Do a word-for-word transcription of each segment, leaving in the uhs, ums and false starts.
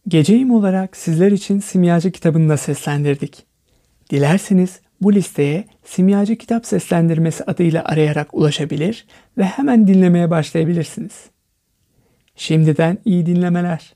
Geceyim olarak sizler için Simyacı kitabını da seslendirdik. Dilerseniz bu listeye Simyacı Kitap Seslendirmesi adıyla arayarak ulaşabilir ve hemen dinlemeye başlayabilirsiniz. Şimdiden iyi dinlemeler.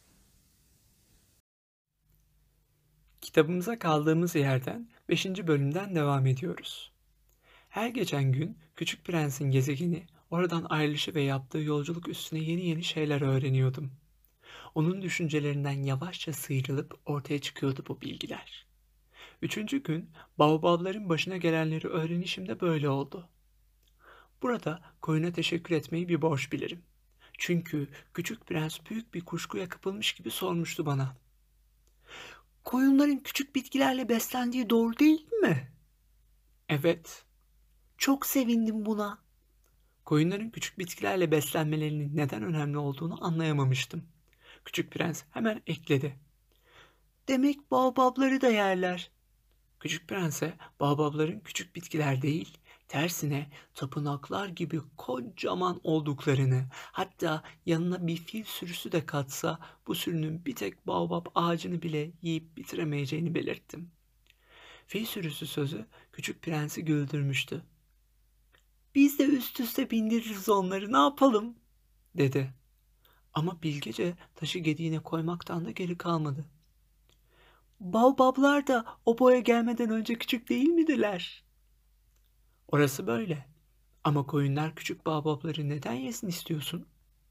Kitabımıza kaldığımız yerden beşinci bölümden devam ediyoruz. Her geçen gün Küçük Prens'in gezegeni, oradan ayrılışı ve yaptığı yolculuk üstüne yeni yeni şeyler öğreniyordum. Onun düşüncelerinden yavaşça sıyrılıp ortaya çıkıyordu bu bilgiler. Üçüncü gün baobabların başına gelenleri öğrenişim de böyle oldu. Burada koyuna teşekkür etmeyi bir borç bilirim. Çünkü Küçük Prens büyük bir kuşkuya kapılmış gibi sormuştu bana. Koyunların küçük bitkilerle beslendiği doğru değil mi? Evet. Çok sevindim buna. Koyunların küçük bitkilerle beslenmelerinin neden önemli olduğunu anlayamamıştım. Küçük Prens hemen ekledi. Demek baobabları da yerler. Küçük Prens'e baobabların küçük bitkiler değil, tersine tapınaklar gibi kocaman olduklarını, hatta yanına bir fil sürüsü de katsa bu sürünün bir tek baobab ağacını bile yiyip bitiremeyeceğini belirttim. Fil sürüsü sözü Küçük Prens'i güldürmüştü. Biz de üst üste bindiririz onları, ne yapalım? Dedi. Ama bilgece taşı gediğine koymaktan da geri kalmadı. Baobablar da o boya gelmeden önce küçük değil midiler? Orası böyle. Ama koyunlar küçük baobabları neden yesin istiyorsun?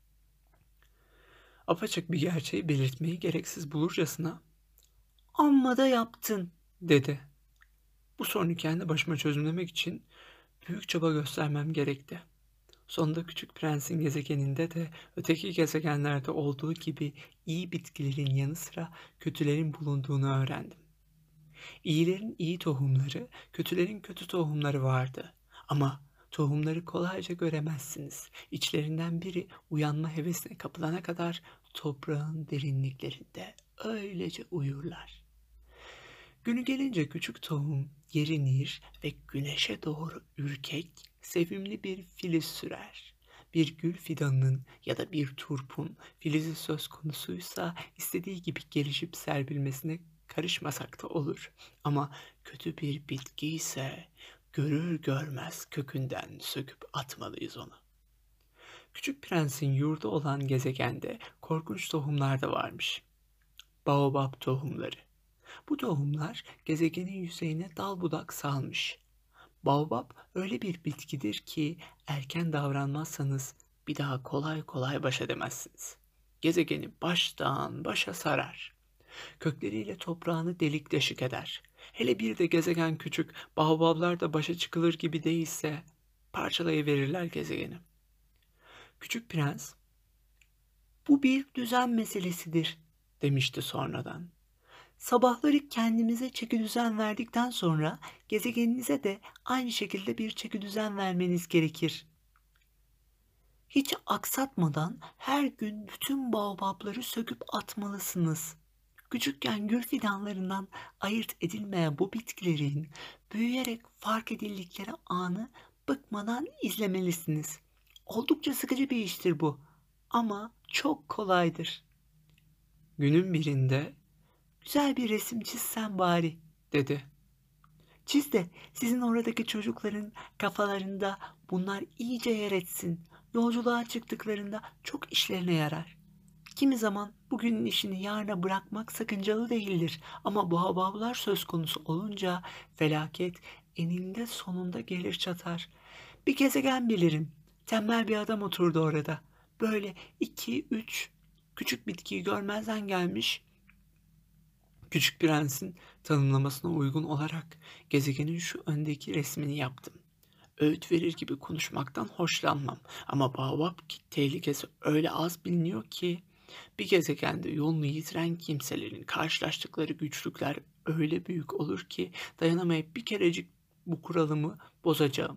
Apaçık bir gerçeği belirtmeyi gereksiz bulurcasına Amma da yaptın, dedi. Bu sorunu kendi başıma çözümlemek için büyük çaba göstermem gerekti. Sonunda Küçük Prens'in gezegeninde de öteki gezegenlerde olduğu gibi iyi bitkilerin yanı sıra kötülerin bulunduğunu öğrendim. İyilerin iyi tohumları, kötülerin kötü tohumları vardı. Ama tohumları kolayca göremezsiniz. İçlerinden biri uyanma hevesine kapılana kadar toprağın derinliklerinde öylece uyurlar. Günü gelince küçük tohum yerinir ve güneşe doğru ürkek, sevimli bir filiz sürer. Bir gül fidanının ya da bir turpun filizi söz konusuysa istediği gibi gelişip serpilmesine karışmasak da olur. Ama kötü bir bitki ise görür görmez kökünden söküp atmalıyız onu. Küçük Prens'in yurdu olan gezegende korkunç tohumlar da varmış. Baobab tohumları. Bu tohumlar gezegenin yüzeyine dal budak salmış. Baobab öyle bir bitkidir ki erken davranmazsanız bir daha kolay kolay baş edemezsiniz. Gezegeni baştan başa sarar. Kökleriyle toprağını delik deşik eder. Hele bir de gezegen küçük, baobablar da başa çıkılır gibi değilse parçalayıverirler gezegeni. Küçük Prens, Bu bir düzen meselesidir, demişti sonradan. Sabahları kendimize çekidüzen verdikten sonra gezegeninize de aynı şekilde bir çekidüzen vermeniz gerekir. Hiç aksatmadan her gün bütün baobabları söküp atmalısınız. Küçükken gül fidanlarından ayırt edilmeyen bu bitkilerin büyüyerek fark edildikleri anı bıkmadan izlemelisiniz. Oldukça sıkıcı bir iştir bu ama çok kolaydır. Günün birinde Güzel bir resim çizsen bari, dedi. Çiz de sizin oradaki çocukların kafalarında bunlar iyice yer etsin. Yolculuğa çıktıklarında çok işlerine yarar. Kimi zaman bugünün işini yarına bırakmak sakıncalı değildir. Ama baobablar söz konusu olunca felaket eninde sonunda gelir çatar. Bir gezegen bilirim. Tembel bir adam oturdu orada. Böyle iki üç küçük bitkiyi görmezden gelmiş. Küçük Prens'in tanımlamasına uygun olarak gezegenin şu öndeki resmini yaptım. Öğüt verir gibi konuşmaktan hoşlanmam ama Baobab tehlikesi öyle az biliniyor ki bir gezegende yolunu yitiren kimselerin karşılaştıkları güçlükler öyle büyük olur ki dayanamayıp bir kerecik bu kuralımı bozacağım.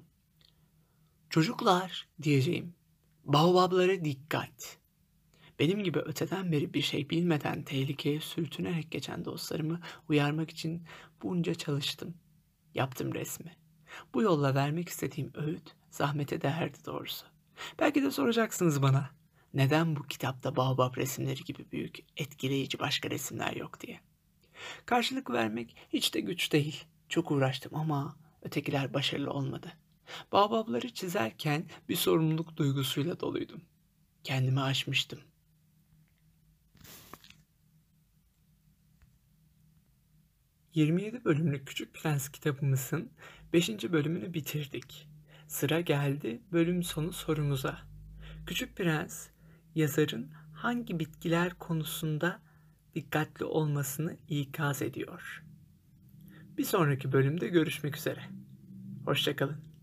Çocuklar diyeceğim, baobablara dikkat. Benim gibi öteden beri bir şey bilmeden tehlikeye sürtünerek geçen dostlarımı uyarmak için bunca çalıştım. Yaptım resmi. Bu yolla vermek istediğim öğüt zahmete değerdi doğrusu. Belki de soracaksınız bana. Neden bu kitapta baobab resimleri gibi büyük, etkileyici başka resimler yok diye. Karşılık vermek hiç de güç değil. Çok uğraştım ama ötekiler başarılı olmadı. Baobabları çizerken bir sorumluluk duygusuyla doluydum. Kendimi aşmıştım. yirmi yedi bölümlük Küçük Prens kitabımızın beşinci bölümünü bitirdik. Sıra geldi bölüm sonu sorumuza. Küçük Prens, yazarın hangi bitkiler konusunda dikkatli olmasını ikaz ediyor. Bir sonraki bölümde görüşmek üzere. Hoşça kalın.